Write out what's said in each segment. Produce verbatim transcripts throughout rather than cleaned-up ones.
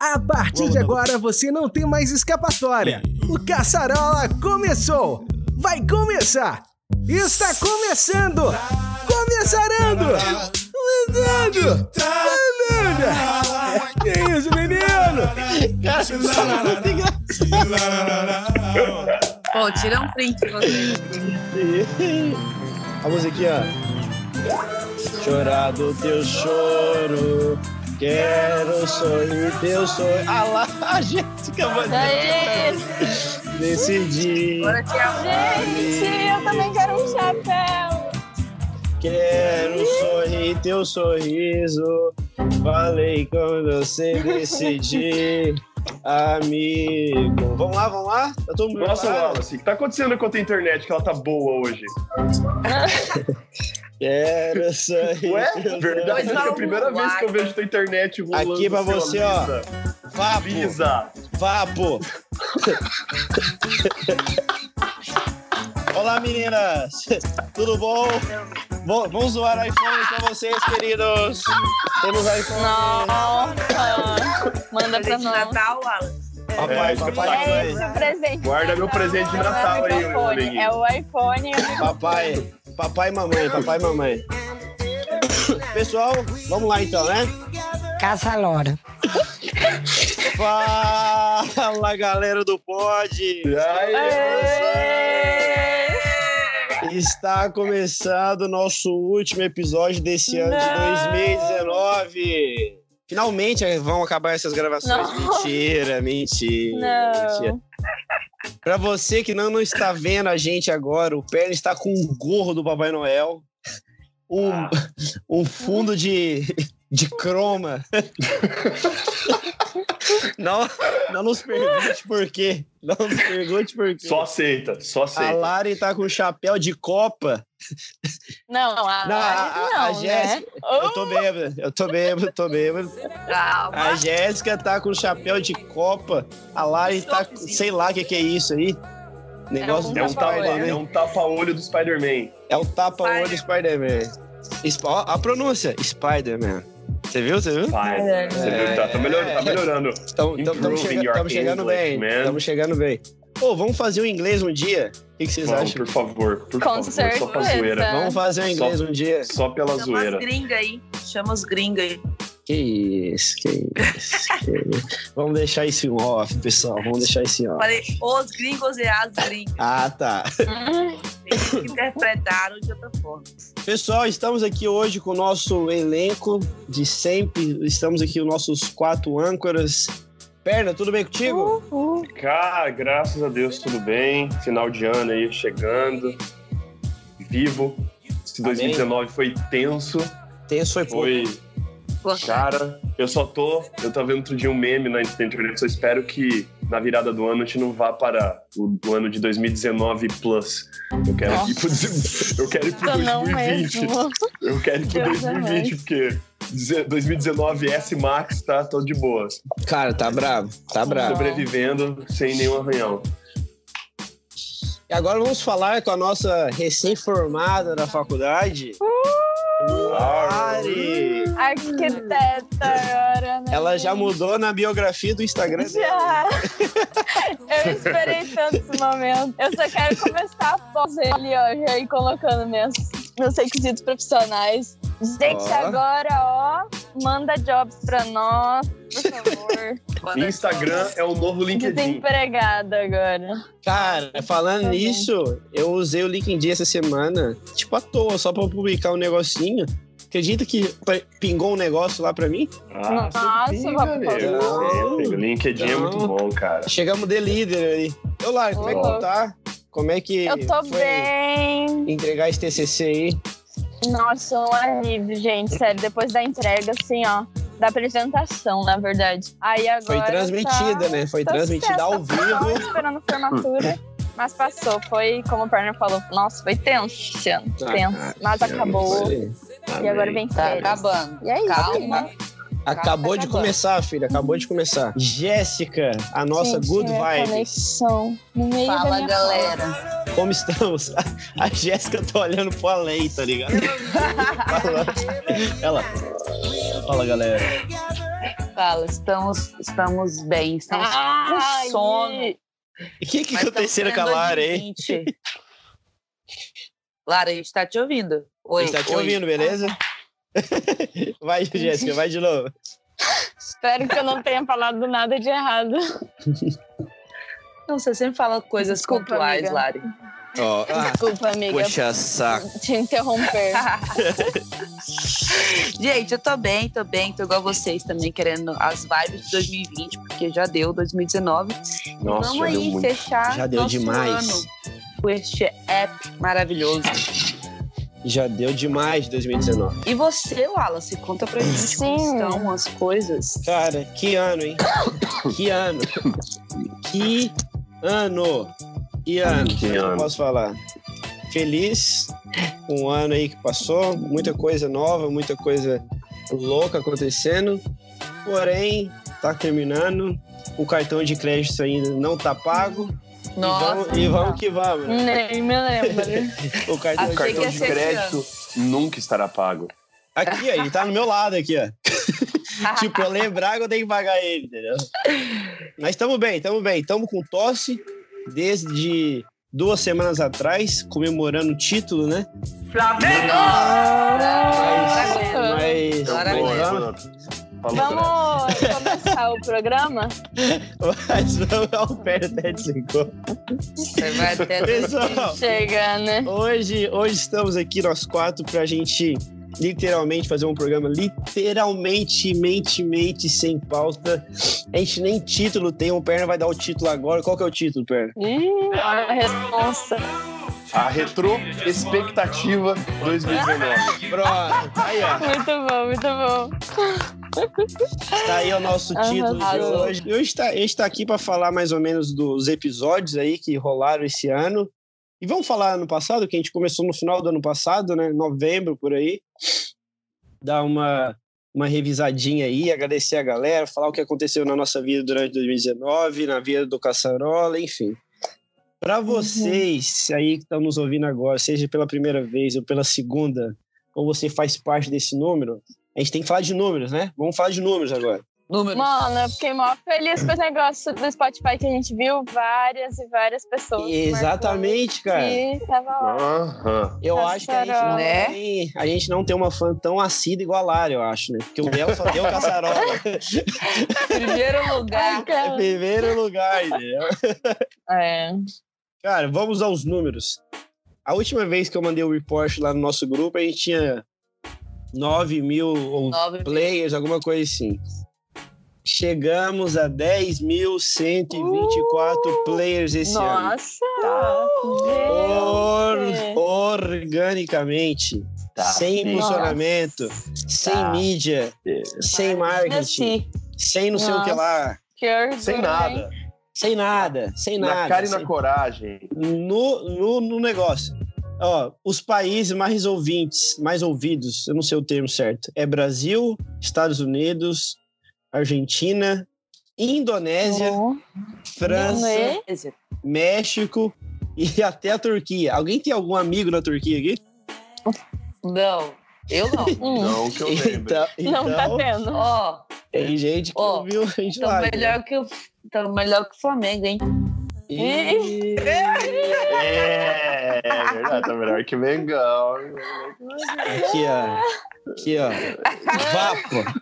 A partir de agora você não tem mais escapatória. O Caçarola começou! Vai começar! Está começando! Começarando! Andando! Andando! Que isso, menino? Pô, tira um print de você. A musiquinha, ó. Chorar do teu choro, quero sorrir teu sonho. Ah lá, a Jéssica vai decidir. Gente, eu também quero um chapéu. Quero sorrir teu sorriso. Falei quando você decidir. Amigo. Vamos lá, vamos lá? Tá todo mundo Nossa, preparado? Wallace, o que tá acontecendo com a tua internet que ela tá boa hoje? Quero sorrir. Ué? teu Verdade, sorriso. é a primeira vez que eu vejo tua internet rolando. Aqui pra assim, você, ó. Lisa. Vapo. Lisa. Vapo. Olá, meninas. Tudo bom? Bom, vamos zoar iPhone pra vocês, queridos. Temos iPhone. Nossa, manda pra Presente de nós. Natal, Wallace. Papai, É, papai, É mãe. esse o presente. Guarda meu presente de Não, Natal não é aí, o meu iPhone, amiguinho. é o iPhone e o microfone. Papai, papai e mamãe, papai e mamãe. Pessoal, vamos lá então, né? Caça-lora. Fala, galera do Pod. E aí, Está começando o nosso último episódio desse ano de Não. dois mil e dezenove. Finalmente vão acabar essas gravações. Não. Mentira, mentira, Não. mentira. Pra você que não, não está vendo a gente agora, o Perna está com um gorro do Papai Noel, um, Ah. um fundo de, de croma. Não, não nos pergunte por quê. Não nos pergunte por quê. Só aceita, só A aceita. Lari tá com chapéu de Copa. Não, a, Não, a, a, não, a Jéssica. né? Eu tô bêbado, eu tô bêbado, tô bêbado. Calma. A Jéssica tá com chapéu de Copa. A Lari tá com. Sei lá o que, que é isso aí. Negócio um É um, do tapa, Spider-Man. é um tapa-olho do Spider-Man. É o tapa-olho do Spider-Man. Sp- ó, a pronúncia, Spider-Man. Você viu? Você viu? Vai. É. Você viu? Tá, tá melhorando, tá melhorando. Estamos Improving chegando, your tamo chegando English, bem. man. Estamos chegando bem. Pô, vamos fazer o inglês um dia? O que, que vocês Vamos, acham? por favor, por Com favor, só pra certeza. zoeira. Vamos fazer o inglês Só- um dia? Só pela Chama zoeira. as gringas aí. Chama os gringos aí. Que isso, que isso, que isso. Vamos deixar isso em off, pessoal. Vamos deixar isso em off. Falei os gringos e as gringas. Ah, tá. Hum, Eles interpretaram de outra forma. Pessoal, estamos aqui hoje com o nosso elenco de sempre. Estamos aqui os nossos quatro âncoras. Perna, tudo bem contigo? uh, uh. Cara, graças a Deus, tudo bem. Final de ano aí, chegando. Vivo. Esse dois mil e dezenove foi tenso. Tenso foi pouco. Foi... Pô, Cara, eu só tô... Eu tava vendo outro dia um meme na internet. Só espero que na virada do ano a gente não vá para o, o ano de dois mil e dezenove plus. Eu quero ir pro, eu quero ir pro Tô não dois mil e vinte. mesmo. Eu quero ir pro Deus dois mil e vinte, é porque dois mil e dezenove S Max tá todo de boa. Cara, tá bravo, tá bravo. Sobrevivendo sem nenhum arranhão. E agora vamos falar com a nossa recém-formada da faculdade. Lari. Arquiteta agora, né? Ela já mudou na biografia do Instagram dela. Já. Eu esperei tanto esse momento. Eu só quero começar a pós ele, ó, já ir colocando meus, meus requisitos profissionais. Gente, Ó. agora, ó, manda jobs pra nós, por favor. quando- Instagram é o novo LinkedIn. Desempregada agora. Cara, falando Tá bom. nisso, eu usei o LinkedIn essa semana, tipo à toa, só pra publicar um negocinho. Acredita que p- pingou um negócio lá pra mim? Ah, Nossa, sim, vamos galera. falar. É, o LinkedIn é Não. muito bom, cara. Chegamos de líder aí. Ô, Lari, como é que Ô, tu tá? Como é que Eu tô foi bem. entregar esse T C C aí? Nossa, um alívio, gente. Sério, depois da entrega, assim, ó. Da apresentação, na verdade. Aí agora. Foi transmitida, tá... né? Foi tá transmitida certo, ao tá vivo. só esperando a formatura. Mas passou. Foi, como o Perner falou, nossa, foi tenso esse ano. Ah, Tenso. Mas acabou. Foi. E agora vem Tá férias. acabando. E é isso. Calma. Acabou Tá de acabando. começar, filha. Acabou de começar. Jéssica, a nossa Gente, good minha vibes. conexão no meio da Fala, minha galera. Como estamos? A Jéssica tá olhando pro além, tá ligado? Ela. Fala, galera. Fala, estamos, estamos bem, estamos Ai, com sono. O que que Mas aconteceu estamos com a querendo Lara, hein? dois mil e vinte. Lara, a gente tá te ouvindo. Oi, A gente tá te oi. ouvindo, beleza? Vai, Jéssica, vai de novo. Espero que eu não tenha falado nada de errado. Não, você sempre fala coisas Desculpa, pontuais, amiga. Lari. Ó, ah, Desculpa, amiga, puxa saco. te interromper. Gente, eu tô bem, tô bem, tô igual vocês também, querendo as vibes de dois mil e vinte, porque já deu dois mil e dezenove. Nossa, Vamos já deu aí muito. fechar Já deu nosso demais. ano com este app maravilhoso. Já deu demais de dois mil e dezenove. E você, Wallace, conta pra gente como Sim. estão as coisas. Cara, que ano, hein? Que ano. Que ano. Que ano. Que Eu ano. posso falar. Feliz com o ano aí que passou. Muita coisa nova, muita coisa louca acontecendo. Porém, tá terminando. O cartão de crédito ainda não tá pago. Nossa, E vamos, e vamos que vamos, né? Nem me lembro. O cartão Achei O de que cartão ia de ser crédito nunca estará pago. Aqui, ó, ele tá no meu lado aqui, ó. Tipo, eu lembrar que eu tenho que pagar ele, entendeu? Mas estamos bem, estamos bem. Estamos com tosse desde duas semanas atrás, comemorando o título, né? Mas, mas, Agora mas aguenta. vamos, Vamos começar o programa? mas vamos ao pé até de cinco. Você vai até... Pessoal, Chega, né? hoje, hoje estamos aqui nós quatro pra gente literalmente fazer um programa literalmente, mente, mente, sem pauta. A gente nem título tem, o Perna vai dar o título agora. Qual que é o título, Perna? Ih, olha a responsa. A Retro Expectativa dois mil e dezenove. Pronto, aí ó. Muito bom, muito bom. Tá aí o nosso título de Arrasou. hoje. E hoje tá, a gente tá aqui pra falar mais ou menos dos episódios aí que rolaram esse ano. E vamos falar ano passado, que a gente começou no final do ano passado, né? Novembro, por aí. Dar uma, uma revisadinha aí, agradecer a galera, falar o que aconteceu na nossa vida durante dois mil e dezenove, na vida do Caçarola, enfim. Para vocês aí que estão nos ouvindo agora, seja pela primeira vez ou pela segunda, ou você faz parte desse número, a gente tem que falar de números, né? Vamos falar de números agora. Números. Mano, eu fiquei mó feliz com esse negócio do Spotify que a gente viu várias e várias pessoas. Exatamente, cara. E tava lá. Aham. Eu acho que a gente, não Né? tem, a gente não tem uma fã tão assídua igual a Lara, eu acho, né? Porque o dela só deu Caçarola. Primeiro lugar. Ai, cara. Em primeiro lugar, entendeu? É. Cara, vamos aos números. A última vez que eu mandei o report lá no nosso grupo, a gente tinha nove mil ou Nove players, alguma coisa assim. Chegamos a dez mil cento e vinte e quatro players esse ano. Nossa! Or- Gente. organicamente, Tá sem bem. funcionamento, sem Tá. mídia, sem marketing, Desci. sem não sei o que Nossa. lá, Que orgulho, Sem hein? nada. sem nada, sem nada. Na cara e sem- na coragem. no, no, no negócio. Ó, os países mais ouvintes, mais ouvidos, eu não sei o termo certo, é Brasil, Estados Unidos, Argentina, Indonésia, Oh, França, né? México e até a Turquia. Alguém tem algum amigo na Turquia aqui? Não, eu não. Hum, Não que eu lembro. Então, não tá então tendo. Ó, tem gente que Ó, ouviu a gente tão lá. melhor que o tão melhor que o Flamengo, hein? E... É, é verdade, tá melhor que Mengão. Aqui, ó. Aqui, ó. Vapo.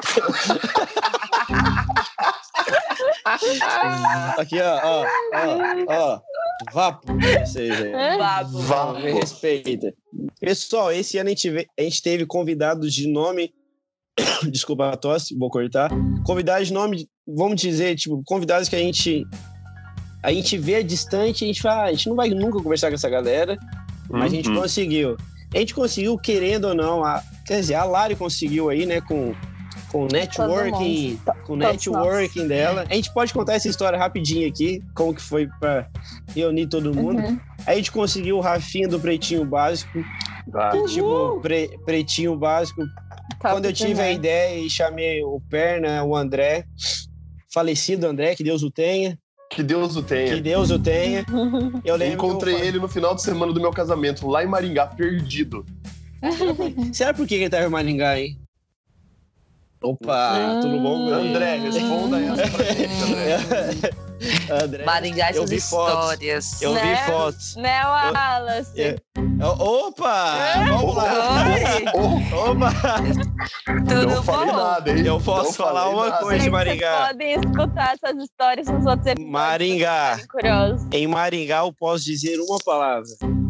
Aqui, ó, ó, ó, ó. Vapo. Vocês aí. Babo. Vapo. Me respeita. Pessoal, esse ano a gente, ve- a gente teve convidados de nome. Desculpa a tosse, vou cortar. Convidados de nome, vamos dizer, tipo, convidados que a gente. A gente vê distante, a gente fala, ah, a gente não vai nunca conversar com essa galera, mas a gente Uhum. conseguiu. A gente conseguiu, querendo ou não, a, quer dizer, a Lari conseguiu aí, né, com, com o networking, com o Todos networking dela. A gente pode contar essa história rapidinho aqui, como que foi pra reunir todo mundo. Uhum. A gente conseguiu o Rafinha do Pretinho Básico, Tá. que, tipo, pre- Pretinho Básico. Top Quando eu tive a demais. ideia e chamei o Perna, o André, falecido André, que Deus o tenha, Que Deus o que tenha. Deus o tenha. Eu Eu lembro encontrei que eu ele no final de semana do meu casamento, lá em Maringá, perdido. falei, será por que ele tava em Maringá, hein? Opa, hum. tudo bom, André? Responda essa pra gente, André. André, Maringá, essas histórias. Fotos. Eu né? vi fotos. Né, Wallace? Eu, eu, opa! É. Vamos lá! Oi. Opa! Tudo não falei bom? nada, hein? Eu posso não falar uma nada. coisa de Maringá. Vocês podem escutar essas histórias nos outros episódios. Maringá. Curiosos. Em Maringá eu posso dizer uma palavra.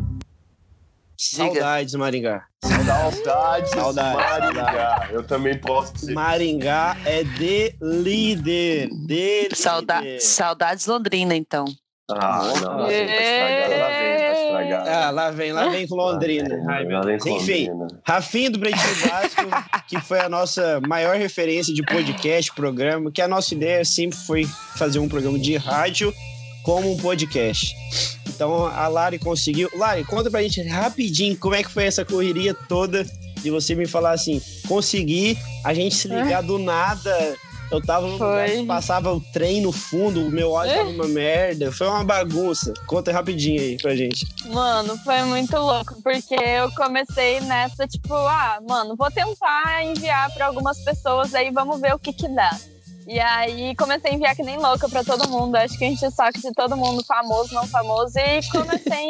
Saudades, Maringá. Saudades, Saudades. Maringá. Eu também posso dizer. Maringá é de líder. De Sauda líder. Saudades Londrina, então. Ah, não. Tá estragado. Lá vem, tá estragado. Ah, lá vem, lá vem com Londrina. Ai, meu Deus. Enfim, Rafinha do Pretinho Básico, que foi a nossa maior referência de podcast, programa, que a nossa ideia sempre foi fazer um programa de rádio como um podcast. Então a Lari conseguiu. Lari, conta pra gente rapidinho como é que foi essa correria toda de você me falar assim, consegui a gente se ligar do nada. Eu tava no lugar que passava o trem no fundo, o meu áudio tava uma merda. Foi uma bagunça. Conta rapidinho aí pra gente. Mano, foi muito louco, porque eu comecei nessa, tipo, ah, mano, vou tentar enviar pra algumas pessoas aí, vamos ver o que que dá. E aí comecei a enviar que nem louca pra todo mundo. Acho que a gente é saco de todo mundo, famoso, não famoso. E comecei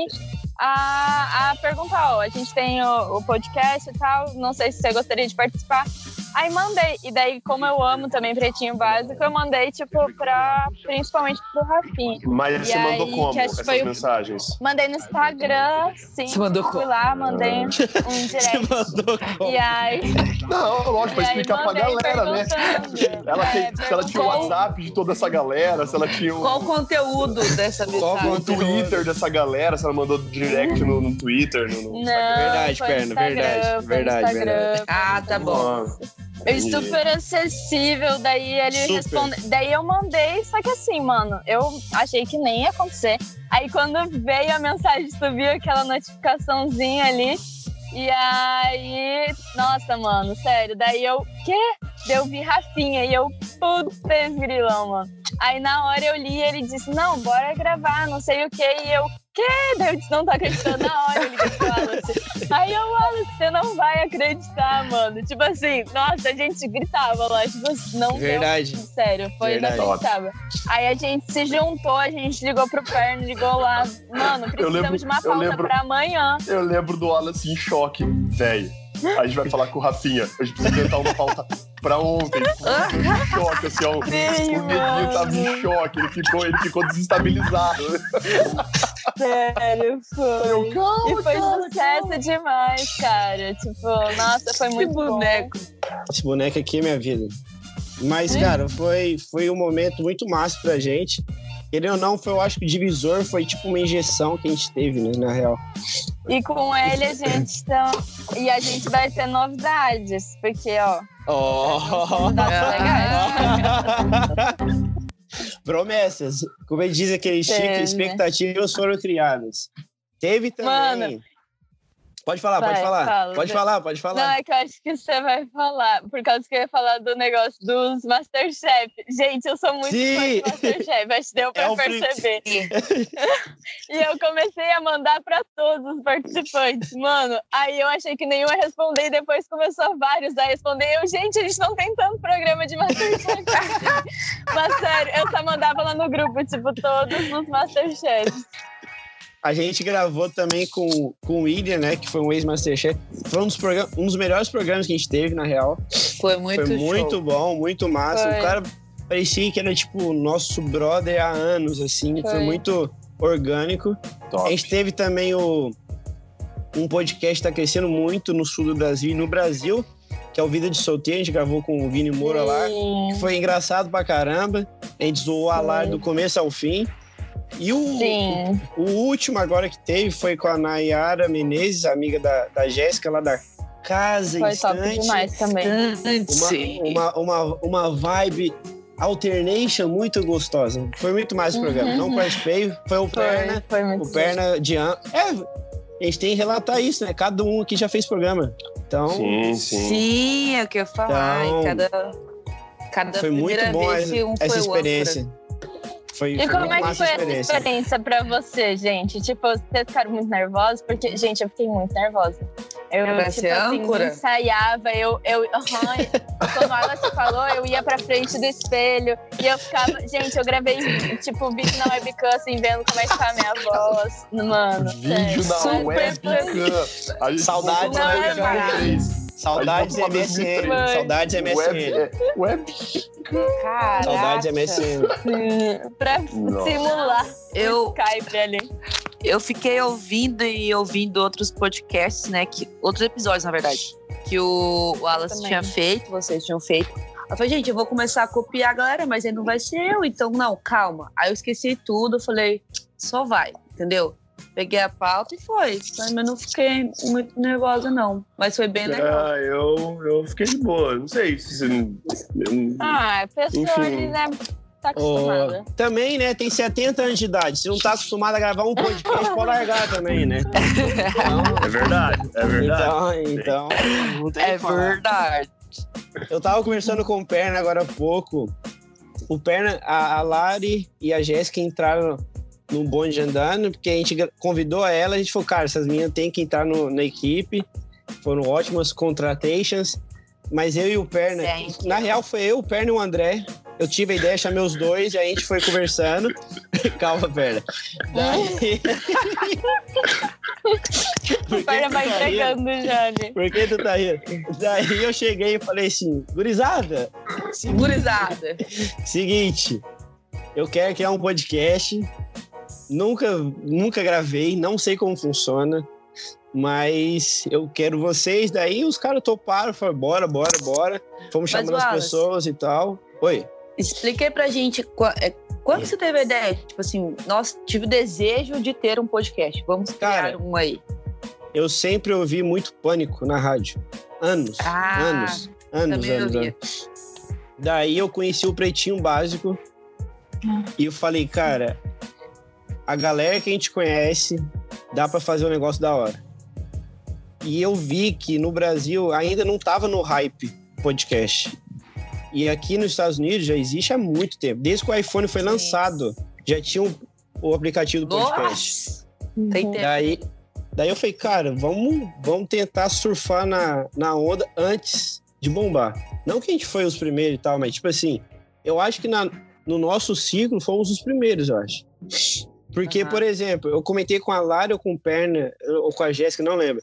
a, a perguntar, ó, a gente tem o, o podcast e tal, não sei se você gostaria de participar. Aí mandei, e daí como eu amo também Pretinho Básico, eu mandei, tipo, pra, principalmente pro Rafinha. Mas e você aí, mandou como essas foi mensagens? Mandei no Instagram, sim. Você mandou fui como? lá, mandei um direct. Você mandou como? E aí... Não, lógico, pra explicar pra galera, né? Ela tem, é, se ela tinha o WhatsApp de toda essa galera, se ela tinha o... Qual o conteúdo dessa mensagem? O Twitter dessa galera, se ela mandou direct no, no Twitter, no, no Não, Verdade, foi perna, Instagram, verdade, foi verdade, Instagram. verdade. Ah, tá bom. Eu super acessível, daí ele Super. responde. Daí eu mandei, só que assim, mano, eu achei que nem ia acontecer. Aí quando veio a mensagem, subiu aquela notificaçãozinha ali. E aí, nossa, mano, sério. Daí eu, quê? Daí eu vi Rafinha e eu, putz, grilão, mano. Aí na hora eu li e ele disse, não, bora gravar, não sei o quê. E eu, quê? Daí eu disse, não tô acreditando. Na hora eu liguei pro Wallace. Aí eu, Wallace, você não vai acreditar, mano. Tipo assim, nossa, a gente gritava lá, tipo assim, não Verdade. deu, sério, foi Verdade. inacreditável. Aí a gente se juntou, a gente ligou pro Perno, ligou lá, mano, precisamos lembro- de uma eu pauta lembro- pra amanhã. Eu lembro do Wallace em choque, velho. A gente vai falar com o Rafinha. A gente precisa inventar uma pauta pra ontem. Em choque, assim, ó. O neguinho tava em choque. Ele ficou, ele ficou desestabilizado. Sério, foi. Eu, calma, E foi cara, sucesso demais, cara. Tipo, nossa, foi muito bom. boneco. Esse boneco aqui é minha vida. Mas, cara, foi, foi um momento muito massa pra gente. Ele ou não, foi, eu acho que o divisor foi tipo uma injeção que a gente teve, né, na real. E com ele a gente tá... E a gente vai ter novidades, porque, ó... Oh. Dados legais. Promessas. Como ele diz aquele Chico, Teve. expectativas foram criadas. Teve também... Mano, Pode falar, vai, pode falar. fala. pode falar, pode falar. Não, é que eu acho que você vai falar, por causa que eu ia falar do negócio dos Masterchef. Gente, eu sou muito Sim. fã de Masterchef, acho que deu pra É um perceber. E eu comecei a mandar pra todos os participantes. Mano, aí eu achei que nenhum ia responder e depois começou vários a responder. Eu, gente, a gente não tem tanto programa de Masterchef. Mas sério, eu só mandava lá no grupo, tipo, todos os Masterchefs. A gente gravou também com, com o William, né? Que foi um ex-Masterchef. Foi um dos, programa, um dos melhores programas que a gente teve, na real. Foi muito Foi show. muito bom, muito massa. Foi. O cara parecia que era, tipo, nosso brother há anos, assim. Foi, Foi. muito orgânico. Top. A gente teve também o, um podcast que tá crescendo muito no sul do Brasil e no Brasil, que é o Vida de Solteiro. A gente gravou com o Vini Moura lá. Sim. Que foi engraçado pra caramba. A gente zoou a Lari do começo ao fim. E o, Sim. o, o último agora que teve foi com a Nayara Menezes, amiga da, da Jéssica, lá da Casa Foi top Instante. demais também. Sim. Uma, uma, uma, uma vibe alternation muito gostosa. Foi muito mais o programa. Não participei, foi o Foi, Perna. foi muito O Perna de an... É, a gente tem que relatar isso, né? Cada um aqui já fez programa. Então, Sim, sim. Sim, é o que eu ia falar. Então, E cada, cada foi muito primeira bom vez essa, que um foi essa o experiência. Foi, E foi como muito é que massa foi a essa experiência. experiência pra você, gente? Tipo, vocês ficaram muito nervosos? Porque, gente, eu fiquei muito nervosa. Eu, Pra tipo ser assim, âncora? ensaiava, eu, eu, uhum, como ela te falou, eu ia pra frente do espelho e eu ficava, gente, eu gravei, tipo, vídeo na webcam, assim, vendo como é que tá a minha voz, mano. Vídeo na sério. webcam. A gente Saudades voltou da pra dois mil e três. Saudades A gente M S N. Mãe. Saudades M S Web, N. é, web. Caraca. Saudades M S N. Pra Nossa. simular Eu, o Skype ali. eu fiquei ouvindo e ouvindo outros podcasts, né? Que, outros episódios, na verdade. Que o Wallace Também. tinha feito, vocês tinham feito. Eu falei, gente, eu vou começar a copiar a galera, mas aí não vai ser eu. Então, não, calma. Aí eu esqueci tudo, eu falei, só vai, entendeu? Peguei a pauta e foi. Mas não fiquei muito nervosa, não. Mas foi bem legal. Ah, eu, eu fiquei de boa. Não sei se... eu- Ah, a pessoa Enfim. ali, né, tá acostumada. Ô, também, né? Tem setenta anos de idade. Se não tá acostumado a gravar um podcast, pode largar também, né? É verdade, é verdade. Então, então não tem o É que falar. verdade. Eu tava conversando com o Perna agora há pouco. O Perna, a, a Lari e a Jéssica entraram no bonde andando, porque a gente gra- convidou a ela, a gente falou, cara, essas meninas têm que entrar no- na equipe. Foram ótimas contratations. Mas eu e o Perna, Thank you. na real foi eu, o Perna e o André. Eu tive a ideia de chamar os dois e a gente foi conversando. Calma, Perna. Daí... Por O que Perna tu vai tá rindo? entregando já ali. Por que tu tá rindo? Daí eu cheguei e falei assim, gurizada, Segurizada. seguinte, eu quero criar um podcast, nunca, nunca gravei, não sei como funciona, mas eu quero vocês. Daí os caras toparam, falaram, bora, bora, bora. Fomos Mas, chamando as Wallace, pessoas e tal. Oi. Explica aí pra gente qua- é, quando você teve a ideia? Tipo assim, nossa, tive o desejo de ter um podcast. Vamos criar Cara, um aí. Eu sempre ouvi muito Pânico na rádio. Anos, Ah, anos, anos, também anos, ouvia. anos. Daí eu conheci o Pretinho Básico e eu falei, cara, a galera que a gente conhece dá pra fazer um negócio da hora. E eu vi que no Brasil ainda não tava no hype podcast. E aqui nos Estados Unidos já existe há muito tempo. Desde que o iPhone foi Sim. lançado, já tinha o, o aplicativo do podcast. Nossa! Tem tempo. Daí, daí eu falei, cara, vamos, vamos tentar surfar na, na onda antes de bombar. Não que a gente foi os primeiros e tal, mas tipo assim, eu acho que na, no nosso ciclo fomos os primeiros, eu acho. Porque, Aham. por exemplo, eu comentei com a Lara ou com o Perna, ou com a Jéssica, não lembro.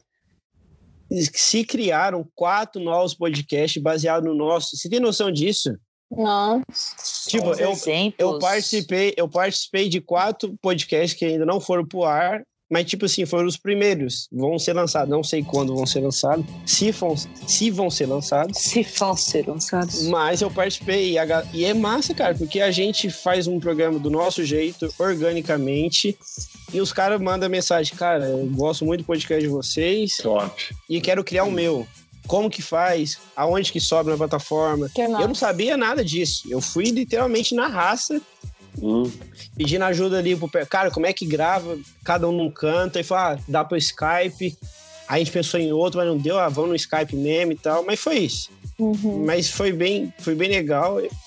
Se criaram quatro novos podcasts baseados no nosso. Você tem noção disso? Nossa. Tipo, Os eu, exemplos. eu participei, eu participei de quatro podcasts que ainda não foram pro ar, mas tipo assim, foram os primeiros. Vão ser lançados, não sei quando vão ser lançados, se vão, se vão ser lançados. Se vão ser lançados. Mas eu participei e, a ga- e é massa, cara, porque a gente faz um programa do nosso jeito, organicamente, e os caras mandam mensagem, cara, eu gosto muito do podcast de vocês Top. e quero criar o meu. Como que faz? Aonde que sobe na plataforma? Que Eu não massa. sabia nada disso. Eu fui literalmente na raça, Hum. pedindo ajuda ali pro pé. Cara, como é que grava? Cada um num canto. Aí falou, ah, dá pro Skype. Aí a gente pensou em outro, mas não deu. Ah, vamos no Skype mesmo e tal. Mas foi isso. Uhum. Mas foi bem, foi bem legal. E,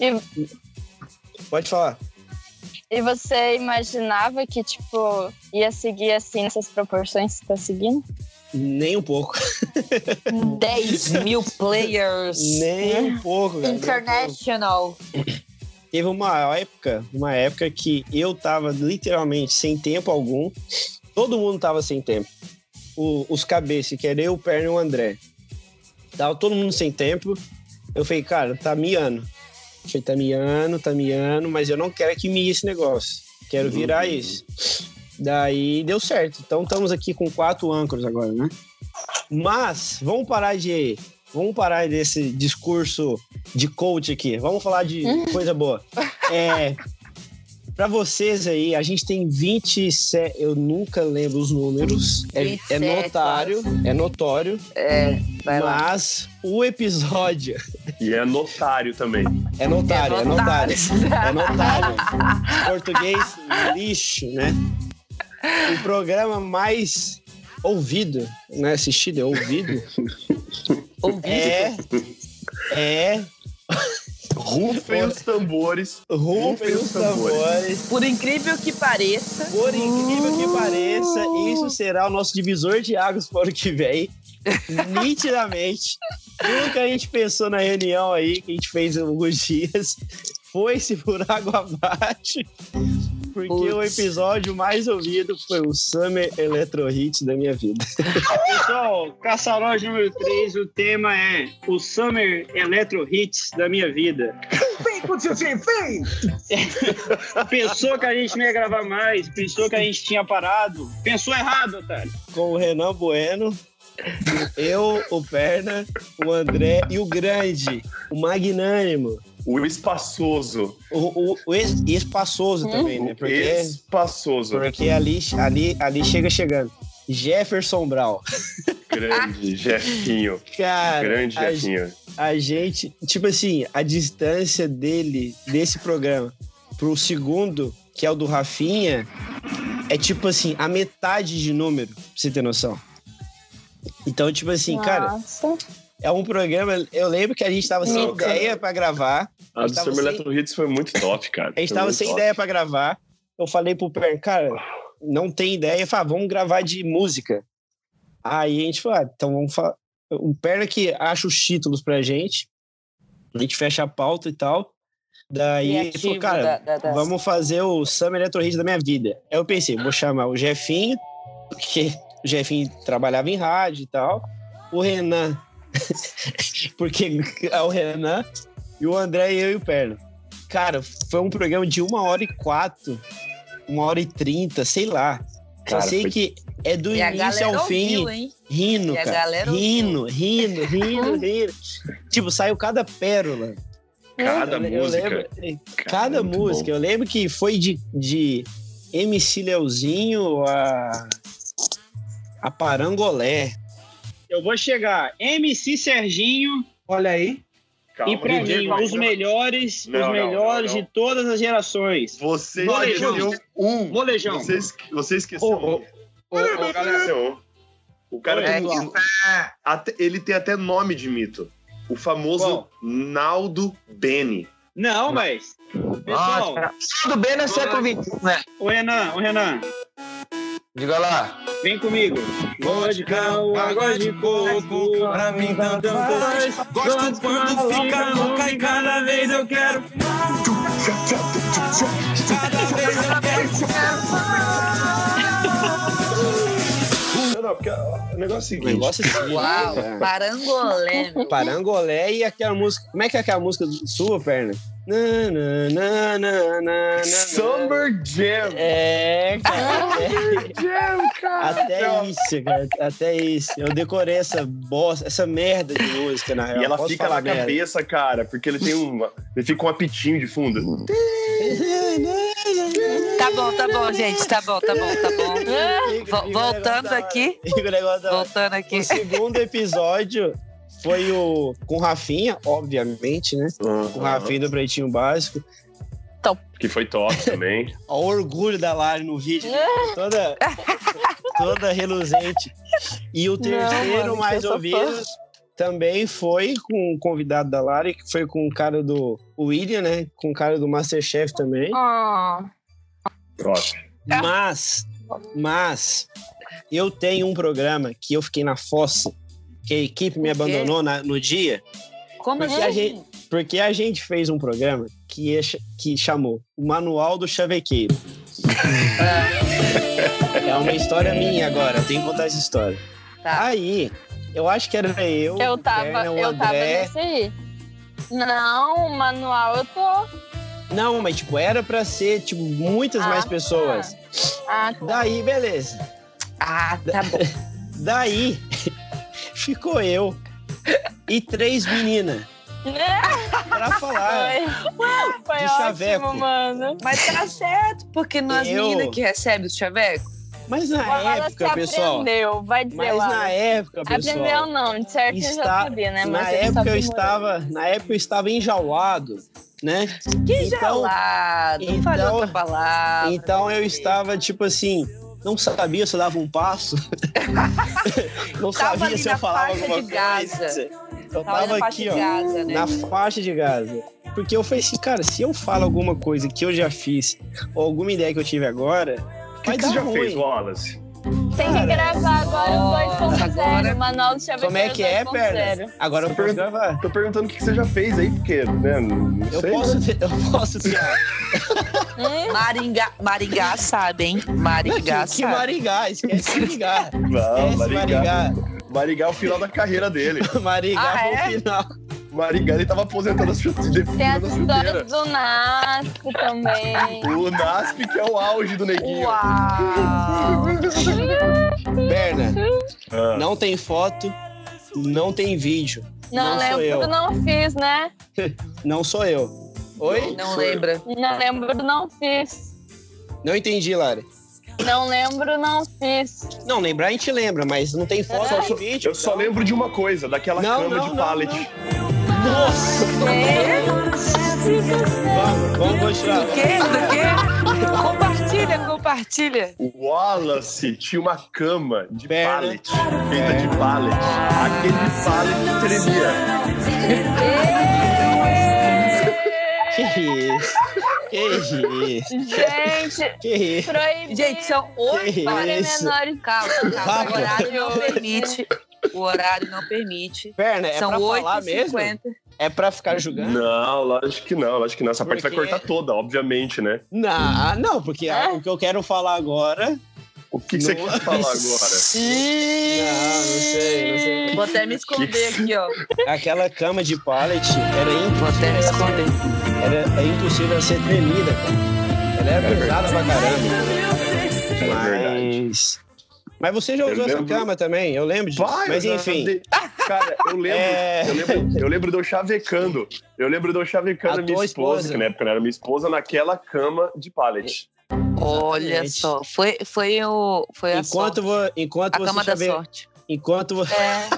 Pode falar. e você imaginava que, tipo, ia seguir assim nessas proporções que tá seguindo? Nem um pouco. dez mil players. Nem um pouco, cara. International. Teve uma época, uma época que eu tava literalmente sem tempo algum. Todo mundo tava sem tempo. O- os cabeças, que era eu, o Perna e o André. Tava todo mundo sem tempo. Eu falei, cara, tá miando. Eu falei, tá miando, tá miando, mas eu não quero que mie esse negócio. Quero virar Uhum. isso. Daí deu certo. Então estamos aqui com quatro âncoras agora, né? Mas vamos parar de... Vamos parar desse discurso de coach aqui. Vamos falar de coisa boa. É, para vocês aí, a gente tem vinte e sete... Eu nunca lembro os números. É, vinte e é sete, notário, é notório. É, vai lá. Mas o episódio... E é notário também. É notário, é notário. É notário. notário. Português lixo, né? O programa mais ouvido, não é assistido, é ouvido, é... É... Rufem os tambores. Rufem os tambores. Por incrível que pareça, Por incrível que pareça, isso será o nosso divisor de águas para o ano que vem. nitidamente, tudo que a gente pensou na reunião aí, que a gente fez alguns dias, foi-se por água abaixo, porque Puts. o episódio mais ouvido foi o Summer Electro Hits da minha vida. Pessoal, Caçarola número três, o tema é o Summer Electro Hits da minha vida. Vem com o seu vem! Pensou que a gente não ia gravar mais, pensou que a gente tinha parado, pensou errado, otário. Com o Renan Bueno, eu, o Perna, o André e o Grande, o Magnânimo. O espaçoso. O, o, o es, espaçoso também, né? Porque, espaçoso. Porque ali, ali, ali chega chegando. Jefferson Brau. Grande Jefinho. Cara, Grande a, Jefinho. A gente, tipo assim, a distância dele, desse programa, pro segundo, que é o do Rafinha, é tipo assim, a metade de número, pra você ter noção. Então, tipo assim, Nossa. cara, é um programa, eu lembro que a gente tava sem Não, ideia cara. pra gravar. A do Summer Electro Hits foi muito top, cara. A gente foi tava sem top. ideia pra gravar. Eu falei pro Per, cara, não tem ideia. Eu falei, ah, vamos gravar de música. Aí a gente falou, ah, então vamos falar. O Perna que acha os títulos pra gente. A gente fecha a pauta e tal. Daí ele falou, cara, da, da, da... vamos fazer o Summer Electro Hits da minha vida. Aí eu pensei, vou chamar o Jefinho, porque o Jefinho trabalhava em rádio e tal. O Renan, porque é o Renan. E o André, eu e o Perna. Cara, foi um programa de uma hora e quatro, uma hora e trinta, sei lá. Cara, Só sei foi... que é do e início ao fim, ouviu, rindo, cara. Rindo, rindo, rindo, rindo. Tipo, saiu cada pérola. Cada eu, música. Eu lembro, cada música. Bom. Eu lembro que foi de, de M C Leozinho a, a Parangolé. Eu vou chegar. M C Serginho. Olha aí. Calma, e pra mim, calma, os melhores, não, os não, melhores não, não. de todas as gerações. Você esqueceu um. Molejão. Você, você esqueceu oh, um. Oh, oh, galera, o cara tem, até, ele tem até nome de mito. O famoso oh. Naldo Bene. Não, mas... Pessoal... Naldo Bene é século vinte e um, né? Ô, Renan, ô, Renan. Diga lá. Vem comigo. Vodka ou água de coco, pra mim tanto faz. Gosto quando fica louca e cada vez eu quero. Cada vez eu quero. Não, porque o negócio é o seguinte. O negócio é seguinte. Uau, é. Parangolé. Parangolé e aquela música... Como é que é aquela música sua, Perna? Na, na, na, na, na, Summer Jam. É, cara. Summer Jam, cara. Até isso, cara. Até isso. Eu decorei essa bosta, essa merda de música, na real. E ela Posso fica na merda? Cabeça, cara, porque ele tem uma... Ele fica com um apitinho de fundo. Tá bom, tá bom, gente. Tá bom, tá bom, tá bom. V- voltando aqui. Voltando aqui. O segundo episódio... Foi o com o Rafinha, obviamente, né? Uhum. Com o Rafinha do Pretinho Básico. Top. Que foi top também. O orgulho da Lari no vídeo. toda, toda reluzente. E o terceiro Não, mano, mais ouvido também foi com o convidado da Lari, que foi com o cara do William, né? Com o cara do Masterchef também. Oh. Top. Mas, mas, eu tenho um programa que eu fiquei na fossa, que a equipe me abandonou na, no dia. Como porque assim? A gente, porque a gente fez um programa que, é, que chamou O Manual do Chavequeiro. É uma história minha agora, eu tenho que contar essa história. Tá. Aí, eu acho que era eu, eu tava, Perna, o eu André... tava nesse aí. Não, o manual eu tô... Não, mas tipo, era pra ser tipo, muitas ah, mais pessoas. Tá. Ah, tá. Daí, beleza. Ah, tá bom. Daí... Ficou eu e três meninas pra falar foi, foi de ótimo, chaveco. Mano. Mas tá certo, porque não é as eu... meninas que recebem os chavecos. Mas na Agora época, você pessoal... aprendeu, vai dizer Mas lá. na época, pessoal... Aprendeu não, de certo está... eu já sabia, né? Mas na época eu estava, na época eu estava enjaulado, né? Que então, enjaulado, então, falou outra palavra. Então eu estava, tipo assim... Não sabia se eu dava um passo. Não tava sabia se eu falava alguma de Gaza. coisa. Eu tava, tava na aqui, ó, Gaza, né? na faixa de Gaza. Porque eu falei assim, cara, se eu falo alguma coisa que eu já fiz, ou alguma ideia que eu tive agora, O que, que você já ruim. fez, Wallace? Tem que gravar agora o dois ponto zero, agora- o Manual do Chavequeiro Como é que é, dois ponto zero. perna? Agora eu Tô posso perguntando, gravar. tô perguntando o que que você já fez aí, porque, né, não Eu sei, posso, né? eu posso ter. Hum, Maringá, Maringá sabe, hein? Maringá Que sabe. Maringá, esquece Maringá. Não, Esquece Maringá. Maringá. Maringá é o final da carreira dele. Maringá Ah, foi é? o final. Maringá, ele tava aposentando as chuteiras. tem as histórias do Nasp também. O Nasp, que é o auge do neguinho. Uau! Perna, Ah. não tem foto, não tem vídeo. Não, Não sou eu. lembro, não fiz, né? Não sou eu. Oi? Não lembra. Não lembro, não fiz. Não entendi, Lara. Não lembro, não fiz. Não, lembrar a gente lembra, mas não tem foto, Só- nem vídeo. Eu só então- lembro de uma coisa, daquela Não, cama não, de não, pallet. Nossa! Vamos, vamos continuar. Do quê? Do quê? Compartilha, compartilha. O Wallace tinha uma cama de Perna. pallet, feita de pallet. Aquele pallet tremia. Que isso? Que isso? Gente, Que isso? proibido. Gente, são oito Que horas. isso? menores. Calma, calma. Papo. O horário não permite. O horário não permite. Perna, é São pra falar oito e mesmo? cinquenta. É pra ficar julgando? Não, lógico que não, lógico que não. Essa parte vai Porque- cortar toda, obviamente, né? Não, não, porque É? o que eu quero falar agora... O que, que você Não. quer falar agora? Não, não sei, não sei. Vou até me esconder aqui, ó. Aquela cama de pallet era Vou até me impossível, esconder. era, é impossível ser tremida, cara. Ela era É pesada pra caramba. É verdade. Mas... Mas você já Eu usou essa lembro- cama também, eu lembro disso. Vai, Mas eu já enfim, dei- Cara, eu lembro, É. eu lembro, eu lembro de eu chavecando. Eu lembro de eu chavecando A a minha tua esposa, esposa. que na época não era minha esposa, naquela cama de pallet. Olha Exatamente. só. Foi, foi, o, foi a enquanto, sorte. vo, enquanto A você cama da chave... sorte. enquanto, vo- É.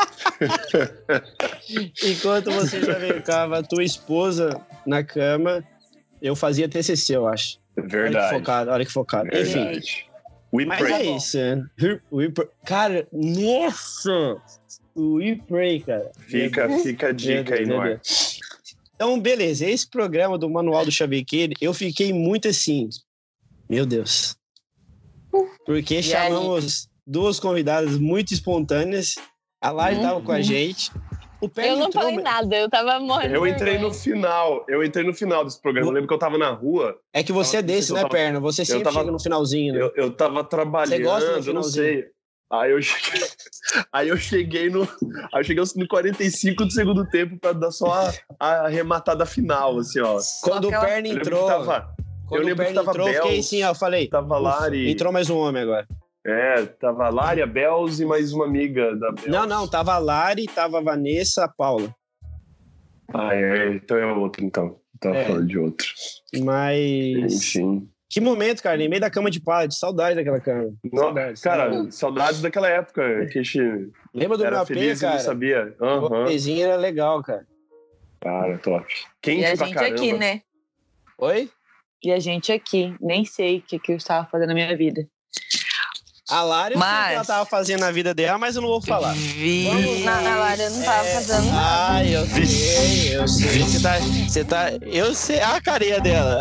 enquanto você chavecava a tua esposa na cama, eu fazia T C C, eu acho. Olha que Verdade. focado, olha que focado. Enfim, Verdade. We mas pray. é isso, né? We pray. Cara, nossa! O We Pray, cara. Fica, fica a dica aí no ar. Então, beleza. Esse programa do Manual do Chavequeiro, eu fiquei muito assim. Meu Deus. Porque E chamamos duas convidadas muito espontâneas. A Lari tava com a gente. O Pé Eu não entrou, falei nada, eu tava morrendo. Eu de entrei no vergonha. final, eu entrei no final desse programa. Eu lembro que eu tava na rua, É que você é desse, Eu né, tava- Perna? Você sempre tava- chega no finalzinho, né? eu, eu tava trabalhando, gosta do eu não finalzinho? sei. Aí eu cheguei, aí eu cheguei no, aí eu cheguei no quarenta e cinco do segundo tempo pra dar só a, a arrematada final, assim, ó. Quando o aquela- Perna Eu lembro entrou, que tava, quando eu o lembro que Perna tava entrou, eu fiquei Bel, assim, ó. Falei, tava ufa, Lari, entrou mais um homem agora. é, tava Lari, a Bels e mais uma amiga da Bels. Não, não, tava a Lari, tava a Vanessa, a Paula. Ah, é, então é outro, então. Tava É. falando de outro. Mas... Enfim. Que momento, cara, em meio da cama de pallet, saudade daquela cama. Não, Saudades. cara, saudades daquela época, que a gente Lembra do meu era A P, feliz e não cara? sabia. O Aham, APzinho era legal, cara. cara, top. Quente E a pra gente caramba. aqui, né? Oi? E a gente aqui. Nem sei o que, que eu estava fazendo na minha vida. A Lari, eu sei o Mas- que ela tava fazendo na vida dela, mas eu não vou falar. Vi. Vamos Na, na Lara, eu não tava É. fazendo nada. Ah, eu sei, eu sei. Você tá, você tá... Eu sei a carinha dela.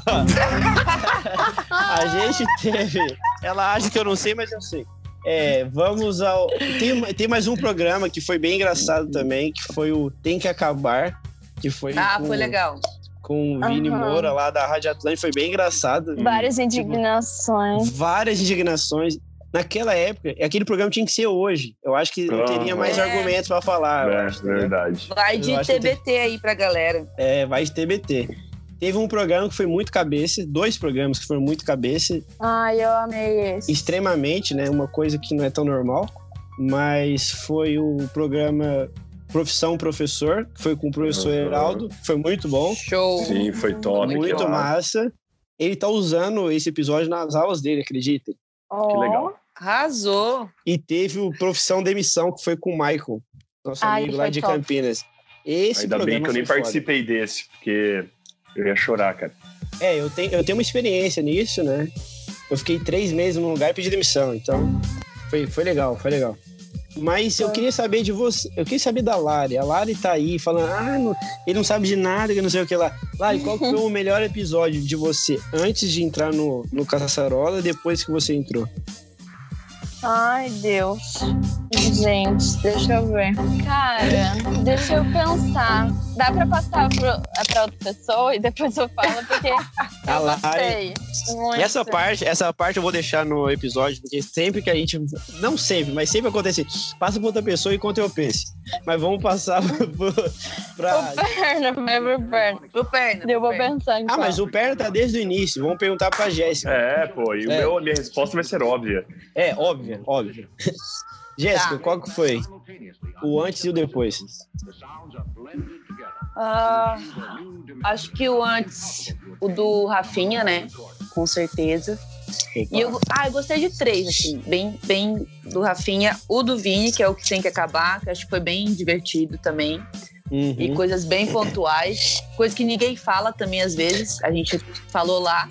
A gente teve... Ela acha que eu não sei, mas eu sei. É, vamos ao... Tem, tem mais um programa que foi bem engraçado também, que foi o Tem Que Acabar, que foi Ah, com, foi legal. com o Vini Aham. Moura lá da Rádio Atlântica, foi bem engraçado. Várias indignações. Várias indignações. Naquela época, aquele programa tinha que ser hoje. Eu acho que eu teria Aham. mais É. argumentos pra falar. eu É, acho, né? verdade. Vai Eu de acho que T B T aí pra galera. É, vai de T B T. Teve um programa que foi muito cabeça, dois programas que foram muito cabeça, Ai, eu amei esse. extremamente, né? Uma coisa que não é tão normal, mas foi o programa Profissão Professor, que foi com o professor Uhum. Heraldo, que foi muito bom, Show. Sim, foi top. muito claro. massa. Ele tá usando esse episódio nas aulas dele, acreditem. Que legal. Arrasou. E teve o Profissão Demissão, que foi com o Michael, nosso Ai, amigo lá foi de top. Campinas. Esse Ainda bem programa que eu nem foi foda. participei desse, porque eu ia chorar, cara. É, eu tenho, eu tenho uma experiência nisso, né? Eu fiquei três meses num lugar e pedi demissão, então foi, foi legal, foi legal. Mas eu queria saber de você, eu queria saber da Lari. A Lari tá aí falando, ah, não, ele não sabe de nada, que não sei o que lá. Lari, qual que foi o melhor episódio de você antes de entrar no, no Caçarola, depois que você entrou? Ai, Deus. Gente, deixa eu ver. Cara, deixa eu pensar. Dá pra passar pro, pra outra pessoa e depois eu falo, porque A eu Lari. gostei muito. Essa parte, essa parte eu vou deixar no episódio, porque sempre que a gente. Não sempre, mas sempre acontece. Passa pra outra pessoa e conta eu pense. Mas vamos passar pro, pra. O perna, vai pro perna. Pro perna. Eu vou pro perna. pensar em Ah, mas o Perna tá desde o início. Vamos perguntar pra Jéssica. É, pô, e o É. meu, a minha resposta vai ser óbvia. É, óbvio, óbvio. Jéssica, Tá. qual que foi? O antes e o depois. Ah, acho que o antes, o do Rafinha, né? Com certeza. E eu, ah, eu gostei de três, assim, bem, bem do Rafinha. O do Vini, que é o que tem que acabar, que acho que foi bem divertido também. Uhum. E coisas bem pontuais. Coisas que ninguém fala também, às vezes. A gente falou lá.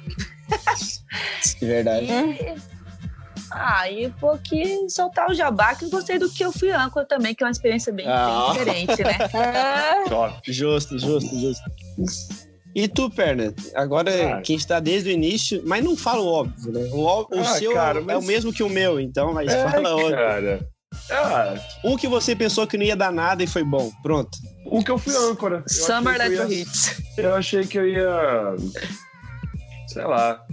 De verdade. E, ah, e pô, que soltar o jabá, que eu gostei do que eu fui âncora também, que é uma experiência bem, Ah. bem diferente, né? Ah, Top. Justo, justo, justo. E tu, Perna? Agora Ah. que a gente tá desde o início, mas não fala o óbvio, né? O, ó- o Ah, seu cara, é mas- o mesmo que o meu, então, mas É, fala outro. cara. Ah, Um que você pensou que não ia dar nada e foi bom. Pronto. o que eu fui âncora. Eu Summer achei que eu Electro ia- Hits. Eu achei que eu ia. Sei lá.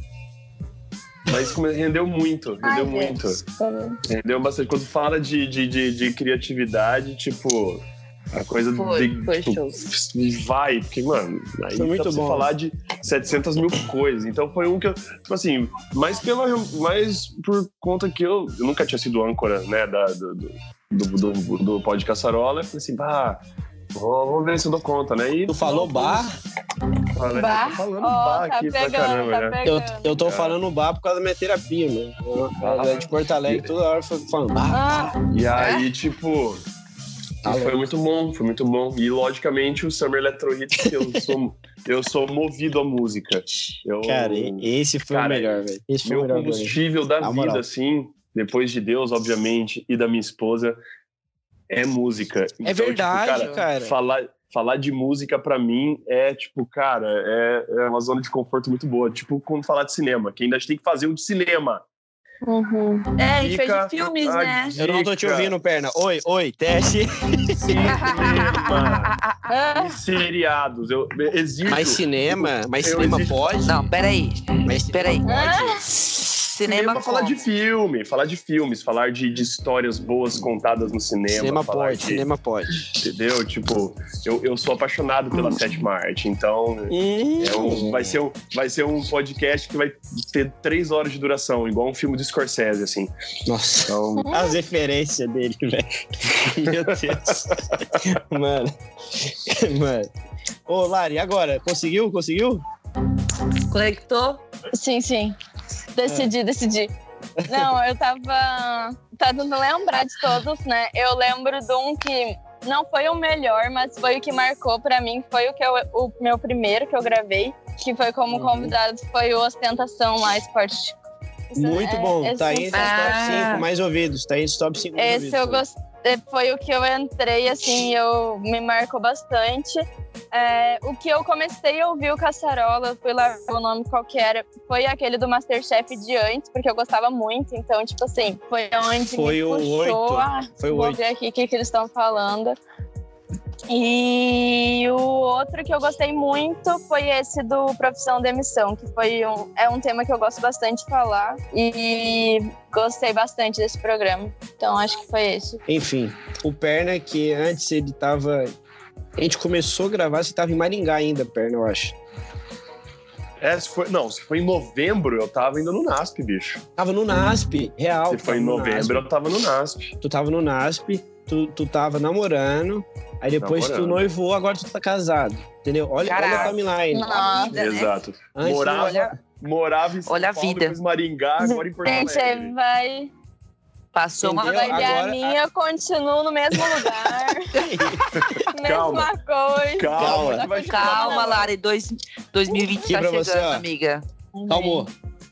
Mas come- rendeu muito, rendeu ai, muito. Deus. Rendeu bastante. Quando fala de, de, de, de criatividade, tipo, a coisa Foi, de, foi tipo, show. vai, porque, mano, aí Foi muito dá pra você bom. falar de setecentas mil coisas. Então foi um que eu, tipo assim, mais, pela, mais por conta que eu, eu nunca tinha sido âncora, né, da, do, do, do, do, do Pod Caçarola. Eu falei assim, bah, vou- vamos ver se eu dou conta, né? E Tu falou bar? Falei, Bar? tô falando Ó, bar tá aqui pra pegando, caramba, tá né? pegando. Eu, eu tô É. falando bar por causa da minha terapia, mano. Eu- Ah. é de Porto Alegre, toda hora eu fico falando bar. Ah, E aí, tipo, Tá foi louco. muito bom, foi muito bom. E, logicamente, o Summer Electro Hits, que eu sou, eu sou movido à música. Eu, Cara, e- esse foi Cara, o melhor, velho. Esse foi o meu melhor. pra mim. combustível da Na vida, moral. assim, depois de Deus, obviamente, e da minha esposa, é música. É verdade, tipo, cara. Falar, falar de música, pra mim, é, tipo, cara, é, é uma zona de conforto muito boa. Tipo, quando falar de cinema, que ainda a gente tem que fazer um de cinema. uhum. É, a gente fez Fica de filmes, a né? Eu não tô te dica. ouvindo, Perna. Oi, oi, teste. Cinema Ah, e seriados. Eu exijo. Mais cinema? Mais Eu cinema exijo- pode? Não, peraí. Mais cinema Peraí. pode? Cinema pra falar como? de filme, falar de filmes, falar de, de histórias boas contadas no cinema. Cinema falar pode, de- cinema pode. Entendeu? Tipo, eu, eu sou apaixonado pela sétima arte, então Hum. é um- vai, ser um, vai ser um podcast que vai ter três horas de duração, igual um filme do Scorsese, assim. Nossa, Então, as referências dele, velho. Meu Deus. Mano. Mano. Ô, Lari, agora? Conseguiu? Conseguiu? Conectou? sim, sim. Decidi, decidi. Não, eu tava tentando lembrar de todos, né? Eu lembro de um que não foi o melhor, mas foi o que marcou pra mim. Foi o, que eu, o meu primeiro que eu gravei, que foi como Uhum. convidado, foi o Ostentação lá, Esporte. Isso Muito é- bom. esse Tá entre os top Ah. cinco mais ouvidos. Tá entre os top cinco mais Esse ouvidos. eu gostei. Foi o que eu entrei, assim, eu me marcou bastante. É, o que eu comecei a ouvir o Caçarola, eu fui lá ver o nome qual que era, foi aquele do Masterchef de antes, porque eu gostava muito. Então, tipo assim, foi onde Foi me o puxou. oito. Ah, Foi o vou oito. ver aqui o que, que eles estão falando. E o outro que eu gostei muito foi esse do Profissão Demissão, que foi um, é um tema que eu gosto bastante de falar e gostei bastante desse programa. Então acho que foi esse. Enfim, o Perna, que antes ele tava... A gente começou a gravar, você tava em Maringá ainda, Perna, eu acho. é, se foi, não, se foi em novembro, eu tava indo no NASP, bicho. Tava no NASP, real. Se foi em tava no novembro, NASP. eu tava no NASP. Tu tava no NASP, tu, tu tava namorando, aí depois tu Namorando. noivou, agora tu tá casado. Entendeu? Olha, olha a Caraca. timeline. Nossa. Vida, né? Exato. Antes, Morava, olha- morava em São olha a Paulo, vida. depois Maringá, agora em Porto Gente, Alegre. você vai, Passou uma Entendeu? vai ver Agora- a minha, eu continuo no mesmo lugar. Calma. Mesma coisa. Calma, Calma. que vai chegar Calma, lá. Lari. Dois, dois mil e vinte Aqui tá pra chegando, você, ó. amiga. Calmou,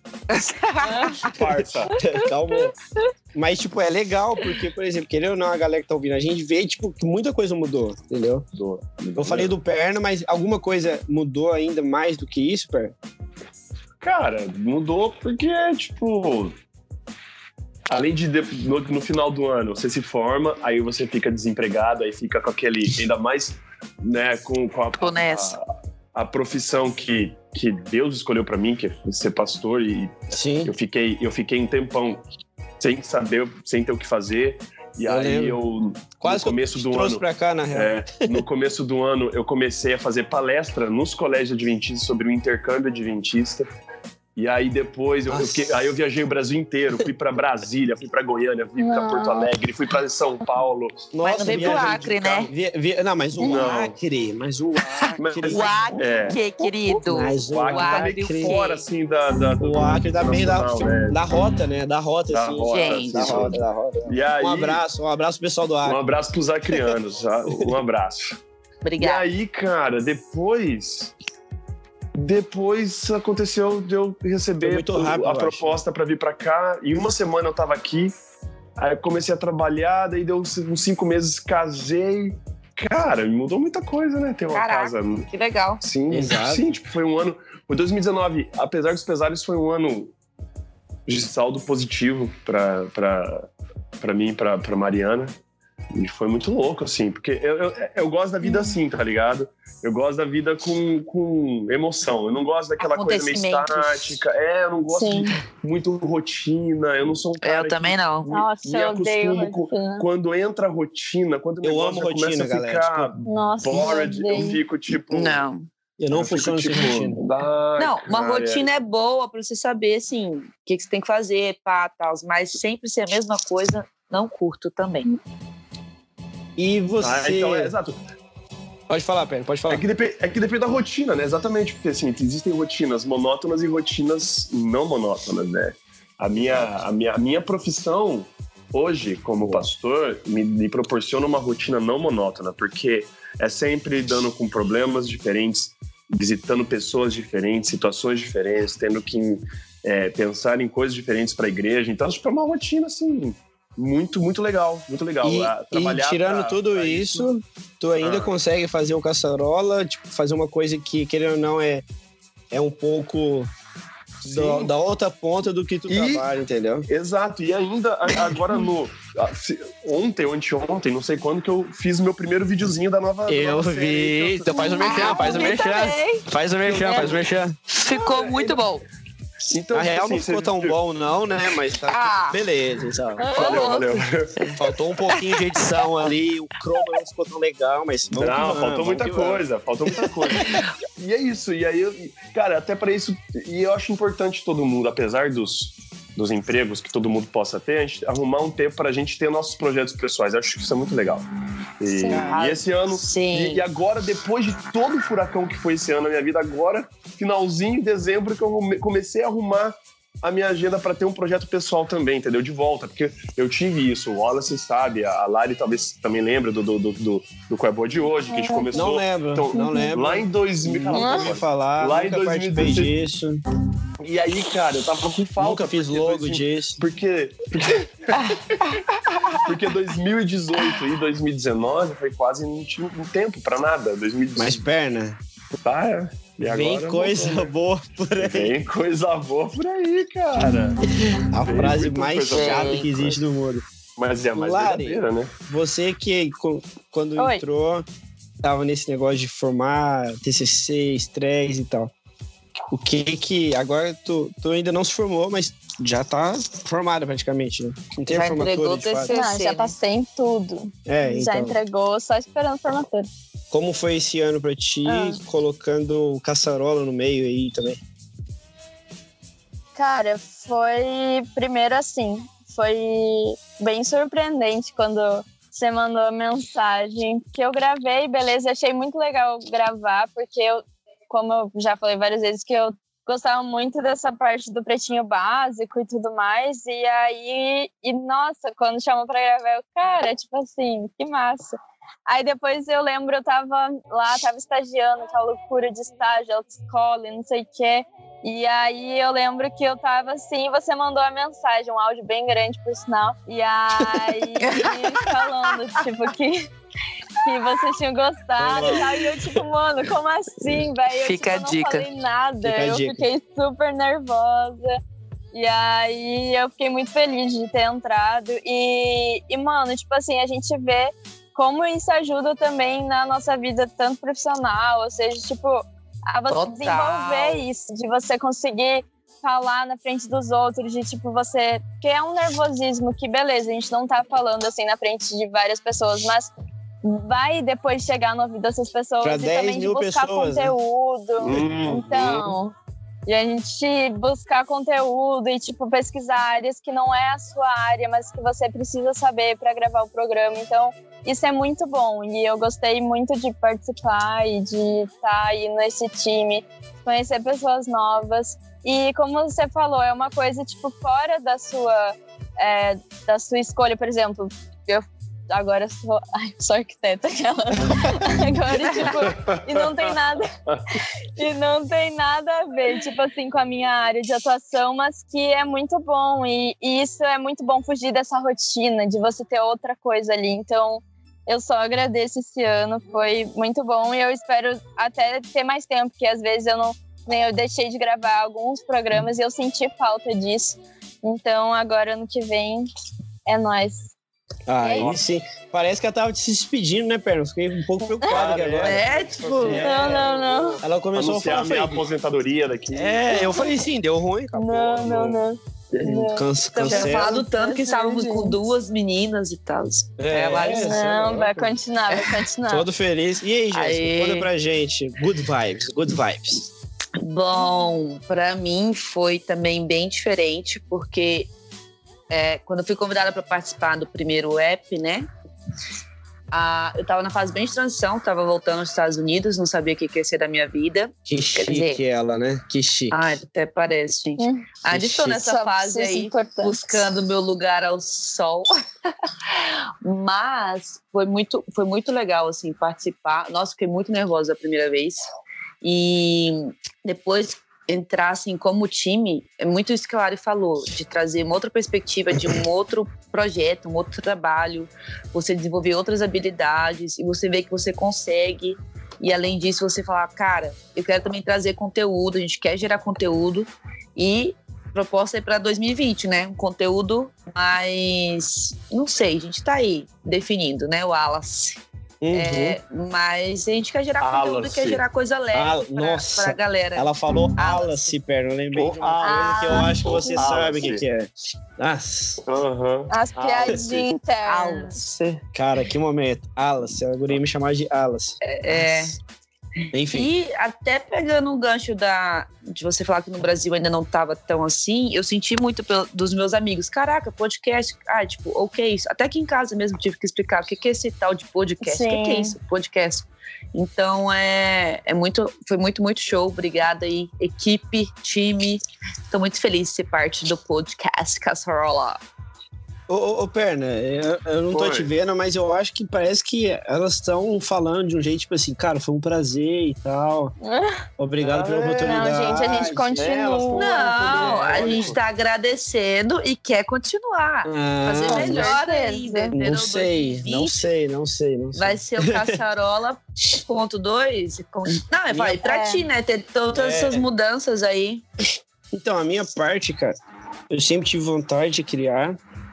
Parça. calmou. Mas, tipo, é legal, porque, por exemplo, querendo ou não, a galera que tá ouvindo, a gente vê, tipo, que muita coisa mudou, entendeu? Do- Eu falei do Perna, mas alguma coisa mudou ainda mais do que isso, Perna? Cara, mudou porque, tipo... além de, no, no final do ano, você se forma, aí você fica desempregado, aí fica com aquele, ainda mais, né, com, com a, a, a profissão que, que Deus escolheu pra mim, que é ser pastor, e Sim. eu fiquei, eu fiquei um tempão sem saber, sem ter o que fazer, e eu aí lembro. eu, Quase no começo do trouxe ano, pra cá, na real. é, no começo do ano, eu comecei a fazer palestra nos colégios adventistas sobre o intercâmbio adventista. E aí depois, eu, eu fiquei, aí eu viajei o Brasil inteiro, fui pra Brasília, fui pra Goiânia, fui pra Porto Alegre, fui pra São Paulo. Nossa, mas não veio pro Acre, né? Via, via, não, mas o não. Acre, mas o Acre... O Acre, é. querido? Mas o Acre tá meio fora, assim, da... da o Acre tá meio da, é. da rota, né? Da rota, da assim. Rota, gente. Da rota, da rota. E aí, um abraço, um abraço pro pessoal do Acre. Um abraço pros acrianos, um abraço. Obrigada. E aí, cara, depois... Depois aconteceu de eu receber muito rápido, a eu proposta para vir para cá. E uma semana eu tava aqui, aí eu comecei a trabalhar, daí deu uns cinco meses, casei. Cara, mudou muita coisa, né? Ter uma Caraca, casa. Que legal. Sim, Exato. sim, tipo, foi um ano. Foi dois mil e dezenove, apesar dos pesares, foi um ano de saldo positivo pra, pra, pra mim, pra, pra Mariana. E foi muito louco, assim, porque eu, eu, eu gosto da vida assim, tá ligado? Eu gosto da vida com, com emoção. Eu não gosto daquela coisa meio estática. É, eu não gosto Sim. de muito rotina. Eu não sou um cara Eu também que não. me, Nossa, me eu odeio acostumo rotina. com, quando entra a rotina, quando o Eu negócio amo já rotina, começa a galera, ficar Nossa, bored, eu eu odeio. fico tipo... Não. Eu não eu fico, funciono sem tipo, rotina. "Ai, Não, uma cara, rotina é boa pra você saber, assim, o que, que você tem que fazer, pá, tal. Mas sempre ser a mesma coisa, não curto também. E você... Ah, então, é, exato. Pode falar, Pedro, pode falar. É que, depende, é que depende da rotina, né? Exatamente, porque assim, existem rotinas monótonas e rotinas não monótonas, né? A minha, a minha, a minha profissão hoje, como pastor, me, me proporciona uma rotina não monótona, porque é sempre lidando com problemas diferentes, visitando pessoas diferentes, situações diferentes, tendo que é, pensar em coisas diferentes para a igreja. Então, acho que é uma rotina, assim... Muito, muito legal, muito legal. E, a, trabalhar e tirando pra, tudo pra isso, isso, tu ainda Ah. consegue fazer o caçarola, tipo, fazer uma coisa que, querendo ou não, é, é um pouco do, Sim. da outra ponta do que tu E- trabalha, entendeu? Exato, e ainda a- agora no. a- se- Ontem ou anteontem, não sei quando, que eu fiz o meu primeiro videozinho da nova. da Eu nova série vi, aí, então faz o merchan, faz o vi merchan. também. Faz o merchan, faz o merchan. Ficou muito bom. Então, Na real assim, não ficou você- tão bom não, né? Mas tá Ah. beleza, sabe? Valeu, valeu. Faltou um pouquinho de edição ali, o chroma não ficou tão legal, mas vamos que Não, vamos, faltou vamos muita que vamos. coisa, faltou muita coisa. E é isso, e aí, eu, cara, até pra isso, e eu acho importante todo mundo, apesar dos, dos empregos que todo mundo possa ter, a gente arrumar um tempo pra gente ter nossos projetos pessoais. Eu acho que isso é muito legal. E, Sim. e esse ano, Sim. e, e agora, depois de todo o furacão que foi esse ano na minha vida, agora, finalzinho de dezembro, que eu arrume- comecei a arrumar a minha agenda para ter um projeto pessoal também, entendeu? De volta, porque eu tive isso, o Wallace sabe, a Lari talvez também lembra do, do, do, do, do Qual é Boa de hoje, que a gente começou... Não lembro, Então, não lembro. Lá em dois mil... Nunca Cala a ouvi boca. falar, Lá em nunca participei dois mil e dezesseis. disso, E aí, cara, eu tava com falta. nunca fiz porque logo dois mil disso. Porque... Porque, porque dois mil e dezoito e dois mil e dezenove foi quase não tinha um tempo pra nada. dois mil e dezoito Mas perna, tá, e agora vem coisa voltou, né? boa por aí. Vem coisa boa por aí, cara. A Vem frase muita mais coisa chata boa. que existe no mundo. Mas é a mais Lari. verdadeira, né? Você que, co- quando Oi. entrou, tava nesse negócio de formar, T C C, estresse e tal. O que que... Agora tu, tu ainda não se formou, mas já tá formada praticamente, né? Não tem Já a formatura entregou de o fato. T C C. Não, já passei em tudo. É, Já então. entregou, só esperando a formatura. Como foi esse ano pra ti, Ah. colocando o caçarola no meio aí também? Cara, foi primeiro assim, foi bem surpreendente quando você mandou a mensagem, que eu gravei, beleza, achei muito legal gravar, porque eu, como eu já falei várias vezes, que eu gostava muito dessa parte do pretinho básico e tudo mais, e aí, e nossa, quando chamou pra gravar, eu, cara, tipo assim, que massa. Aí depois eu lembro, eu tava lá, tava estagiando, aquela loucura de estágio, autoescola e não sei o quê. E aí eu lembro que eu tava assim, você mandou a mensagem, um áudio bem grande, por sinal. E aí falando, tipo, que, que vocês tinham gostado e tal. E eu, tipo, mano, como assim, velho? Eu, Fica tipo, a dica. não falei nada, Fica a eu dica. fiquei super nervosa. E aí eu fiquei muito feliz de ter entrado. E, e, mano, tipo assim, a gente vê como isso ajuda também na nossa vida, tanto profissional, ou seja, tipo, a você Total. desenvolver isso, de você conseguir falar na frente dos outros, de tipo, você... Que é um nervosismo que, beleza, a gente não tá falando assim na frente de várias pessoas, mas vai depois chegar no ouvido dessas pessoas Pra e dez também de mil buscar pessoas, né? conteúdo. Uhum. Então... E a gente buscar conteúdo e, tipo, pesquisar áreas que não é a sua área, mas que você precisa saber para gravar o programa. Então, isso é muito bom. E eu gostei muito de participar e de estar aí nesse time, conhecer pessoas novas. E, como você falou, é uma coisa, tipo, fora da sua, é, da sua escolha. Por exemplo, eu agora sou, ai, sou arquiteta, aquela. Agora, tipo, e não tem nada, e não tem nada a ver, tipo assim, com a minha área de atuação, mas que é muito bom, e, e isso é muito bom, fugir dessa rotina, de você ter outra coisa ali. Então, eu só agradeço esse ano, foi muito bom, e eu espero até ter mais tempo, porque às vezes eu não, nem eu deixei de gravar alguns programas e eu senti falta disso. Então, agora, ano que vem, é nóis. Aí sim. Parece que ela tava se despedindo, né, Perna? Fiquei um pouco preocupado aqui agora. É, tipo... É. Não, não, não. Ela começou Anunciar a a minha falar. aposentadoria daqui. É, eu falei sim, deu ruim, acabou. Não, não, não. Cansa, Eu tinha cancela. falado tanto que estávamos Gente. com duas meninas e tal. É, É, mas- é, Não, é vai louco. continuar, vai continuar. Todo feliz. E aí, Jéssica, Aê. conta pra gente. Good vibes, good vibes. Bom, pra mim foi também bem diferente, porque é, quando eu fui convidada para participar do primeiro app, né? Ah, eu tava na fase bem de transição, tava voltando aos Estados Unidos, não sabia o que que ia ser da minha vida. Que chique dizer- ela, né? Que chique. Ai, até parece, gente. Hum. Ainda estou chique. nessa Só fase vocês aí, importantes. buscando meu lugar ao sol. Mas foi muito, foi muito legal, assim, participar. Nossa, fiquei muito nervosa a primeira vez. E depois entrar, assim, como time, é muito isso que a Lari falou, de trazer uma outra perspectiva, de um outro projeto, um outro trabalho, você desenvolver outras habilidades e você vê que você consegue. E além disso, você falar, cara, eu quero também trazer conteúdo, a gente quer gerar conteúdo e proposta é para dois mil e vinte, né? Um conteúdo mais, não sei, a gente tá aí definindo, né? O Wallace. Uhum. É, mas a gente quer gerar conteúdo, Wallace. quer gerar coisa leve Ah, pra, nossa. pra galera. Ela falou Wallace. Alice, Perna. Eu lembrei Oh, de uma coisa que eu acho que você Alice. sabe o que, que é. Nossa, Aham. As piadinhas sim. internas. Wallace. cara, que momento. Alice, a guria me chamava de Alice. É. Enfim. E até pegando um gancho da, de você falar que no Brasil ainda não estava tão assim, eu senti muito pelo, dos meus amigos. Caraca, podcast. Ah, tipo, o que é isso? Até aqui em casa mesmo tive que explicar o que, que é esse tal de podcast. O que, que é Sim. isso? Podcast. Então, é, é muito, foi muito, muito show. Obrigada aí, equipe, time. Estou muito feliz de ser parte do podcast Cassarola. Ô, ô, ô, Perna, eu, eu não tô Oi. te vendo, mas eu acho que parece que elas estão falando de um jeito, tipo assim, cara, foi um prazer e tal. Obrigado pela Ah, é. oportunidade. Não, gente, a gente continua. É, elas tão- Não, a Ótimo. gente está agradecendo e quer continuar. Ah, Fazer com melhor certeza. ainda. Não entendeu? sei, não dois mil e vinte. sei, não sei, não sei. Vai ser o Caçarola ponto dois. Não, é, vai pra É. ti, né? Ter todas É. essas mudanças aí. Então, a minha parte, cara, eu sempre tive vontade de criar.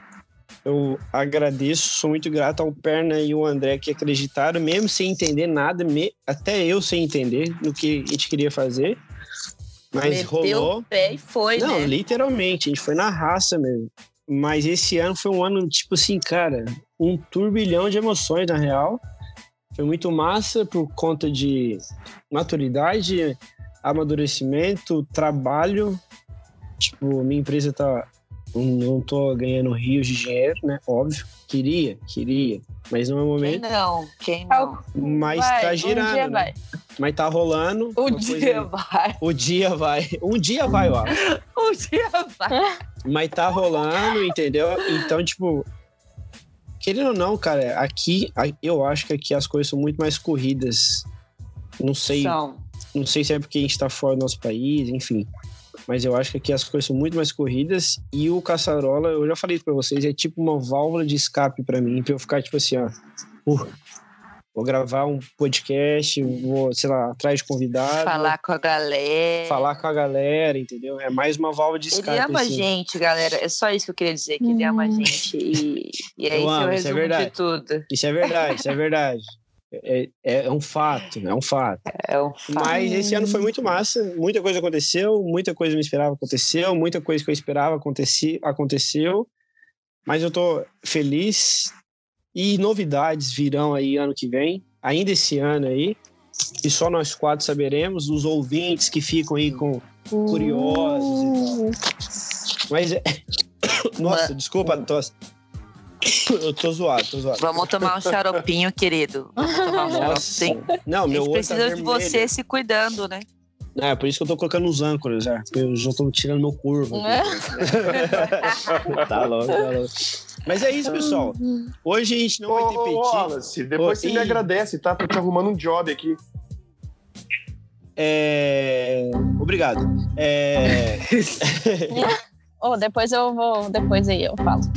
Eu agradeço, sou muito grato ao Perna e o André que acreditaram, mesmo sem entender nada, me- até eu sem entender no que a gente queria fazer. Mas Meteu rolou. o pé e foi, Não, né? literalmente, a gente foi na raça mesmo. Mas esse ano foi um ano, tipo assim, cara, um turbilhão de emoções, na real. Foi muito massa por conta de maturidade, amadurecimento, trabalho. Tipo, minha empresa tá... Não tô ganhando rios de dinheiro, né? Óbvio. Queria, queria. Mas não é o Quem momento. não? Quem não? Mas Vai, tá um girando. dia né? vai. Mas tá rolando. Um uma dia coisa- vai. O dia vai. Um dia vai, ó. Um dia vai. Mas tá rolando, entendeu? Então, tipo, querendo ou não, cara, aqui, eu acho que aqui as coisas são muito mais corridas. Não sei, São. não sei se é porque a gente tá fora do nosso país, enfim. Mas eu acho que aqui as coisas são muito mais corridas e o Caçarola, eu já falei pra vocês, é tipo uma válvula de escape pra mim, pra eu ficar tipo assim, ó, uh, Vou gravar um podcast, vou, sei lá, atrás de convidado. Falar com a galera. Falar com a galera, entendeu? É mais uma válvula de escape. Ele ama assim. a gente, galera. É só isso que eu queria dizer, que ele ama a gente. E, e é Eu isso amo, o isso é resumo verdade. de tudo. Isso é verdade, isso é verdade. É, é, é um fato, é um fato. É um fato. Mas esse ano foi muito massa. Muita coisa aconteceu, muita coisa eu não esperava aconteceu, muita coisa que eu esperava aconteci, aconteceu. Mas eu tô feliz. E novidades virão aí ano que vem, ainda esse ano aí. E só nós quatro saberemos, os ouvintes que ficam aí com curiosos e tal. Mas, é... nossa, Uma... desculpa a tosse. Eu tô zoado, tô zoado. Vamos tomar um xaropinho, querido. Vamos tomar um xarope, sim. Não, A meu gente olho tá precisa de vermelho. você se cuidando, né? É, por isso que eu tô colocando os âncoras já. Porque eu já tô tirando meu curvo. Tá louco, tá louco. Mas é isso, pessoal. Hoje a gente não Ô, vai ter ô, petit. Wallace, depois Ô, você ih. me agradece, tá? Tô te arrumando um job aqui. É... Obrigado. É... Oh, depois eu vou. Depois aí eu falo.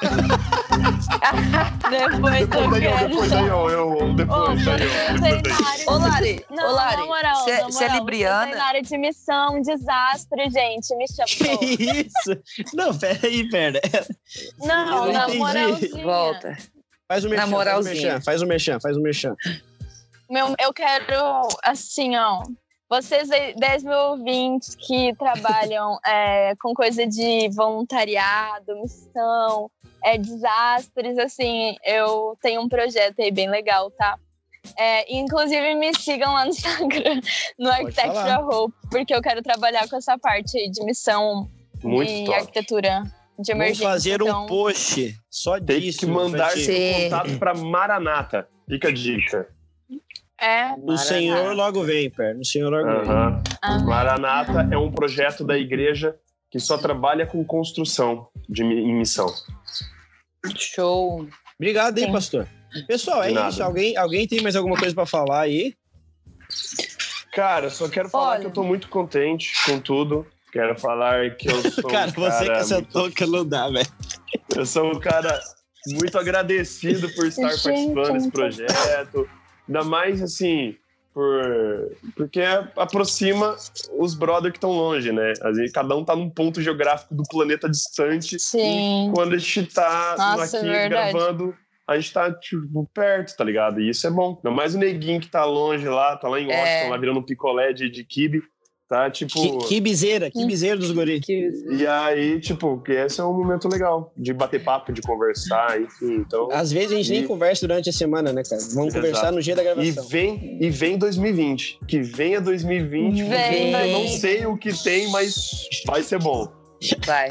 depois eu Depois daí, ó, quero. depois daí, ó, eu, Ô, depois daí, ó. vocês na área de- Ô, Lari, Não, ô, Lari, na moral, você na moral, você é libriana? vocês na área de missão, desastre, gente, me chamou. Que isso? Não, pera aí, pera. Não, Eu na entendi. moralzinha. Volta. Faz o merchan, moralzinha. faz o merchan, faz o merchan. Meu, eu quero, assim, ó. Vocês, dez mil ouvintes que trabalham é, com coisa de voluntariado, missão, é, desastres, assim, eu tenho um projeto aí bem legal, tá? É, inclusive, me sigam lá no Instagram, no Architecture Hope, porque eu quero trabalhar com essa parte aí de missão Muito e top. arquitetura de Vamos emergência. fazer um então... post só Tem disso. que mandar pra ti. seu Sim. contato pra Maranata. Fica a dica. É, O Senhor logo vem, pera. O Senhor logo vem. Aham. amém. Maranata é um projeto da igreja que só trabalha com construção de, mi- em missão. Show. Obrigado, hein, Sim. pastor. Pessoal, é De nada. isso. Alguém, alguém tem mais alguma coisa pra falar aí? Cara, eu só quero falar Olha. que eu tô muito contente com tudo. Quero falar que eu sou Cara, um você cara com essa muito- touca não dá, velho. Eu sou um cara muito agradecido por estar Gente, participando desse muito. projeto. Ainda mais, assim, por... porque aproxima os brothers que estão longe, né? Às vezes, cada um tá num ponto geográfico do planeta distante. Sim. E quando a gente tá Nossa, aqui verdade. gravando, a gente tá, tipo, perto, tá ligado? E isso é bom. Ainda mais o neguinho que tá longe lá, tá lá em Washington, É. lá virando um picolé de, de quibe. Tá, tipo... Que, que bizeira, que bizeira dos guris. E aí, tipo, que esse é um momento legal de bater papo, de conversar, enfim. Então... Às vezes a gente nem E- conversa durante a semana, né, cara? Vamos Exato. conversar no dia da E gravação. vem, e vem dois mil e vinte. Que venha dois mil e vinte. Vem. porque eu não sei o que tem, mas vai ser bom. Vai.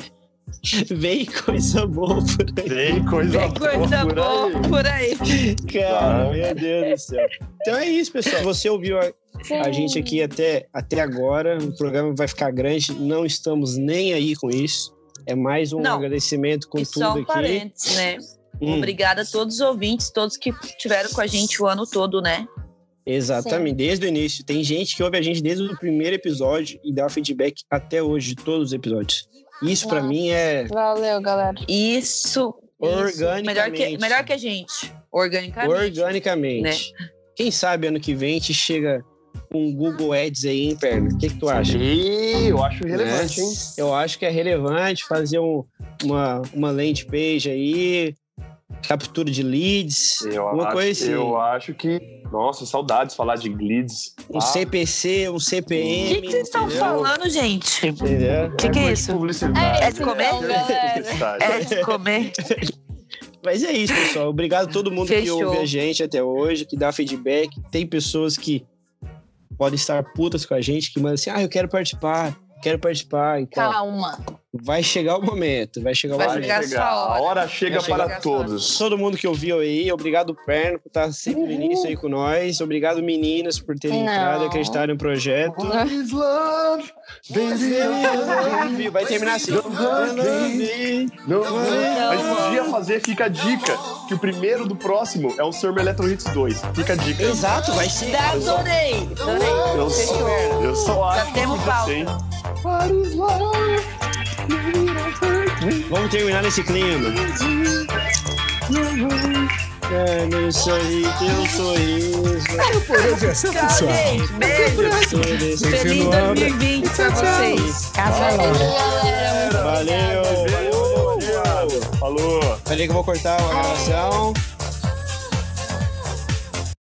Vem coisa boa por aí. Vem coisa Tem coisa boa por boa aí. por aí. Cara, Ah. meu Deus do céu. Então é isso, pessoal. Você ouviu a, Sim. a gente aqui até, até agora. O programa vai ficar grande. Não estamos nem aí com isso. É mais um Não. agradecimento com E tudo só um aqui. parênteses, né? Hum, Obrigada a todos os ouvintes, todos que estiveram com a gente o ano todo, né? exatamente, desde o início. Tem gente que ouve a gente desde o primeiro episódio e dá feedback até hoje de todos os episódios. Isso pra Nossa. mim é Valeu, galera. Isso. Organicamente. Melhor que, melhor que a gente. Organicamente. organicamente. Né? Quem sabe ano que vem a gente chega com Google Ads aí, hein, perna? O que, que tu acha? E eu acho relevante, hein? Eu acho que é relevante fazer um, uma, uma landing page aí, captura de leads, Eu, uma acho, coisa assim. eu acho que... Nossa, saudades falar de leads. Um C P C, um C P O M. que que vocês estão entendeu? falando, gente? Entendeu? O que, que é isso? Publicidade. É de comer? então, galera. Publicidade. É de comer. Mas é isso, pessoal. Obrigado a todo mundo que Fechou. ouve a gente até hoje, que dá feedback. Tem pessoas que podem estar putas com a gente, que mandam assim, ah, eu quero participar, quero participar e tal. Calma. Vai chegar o momento, vai chegar o Vai momento. chegar a sua hora. A hora chega Vai chegar para a sua hora. todos. Todo mundo que ouviu aí, obrigado, Perno, por estar sempre no início aí com nós. Obrigado, meninas, por terem Não. entrado e acreditarem no projeto. What is love? Baby, Vai terminar assim. Não, a gente podia fazer, fica a dica, que o primeiro do próximo é o Summer Electro Hits dois. Fica a dica. Exato, vai ser. Adorei. Adorei. Eu só, eu só Já acho temos que pauta. você... What is love? Vamos terminar nesse clima. É, meu sorriso, teu sorriso. Por hoje é só, Tchau, pessoal. gente. Beijo. Feliz dois mil e vinte pra vocês. Casa Loura. Valeu, valeu, valeu. Falou. Peraí que eu vou cortar a gravação.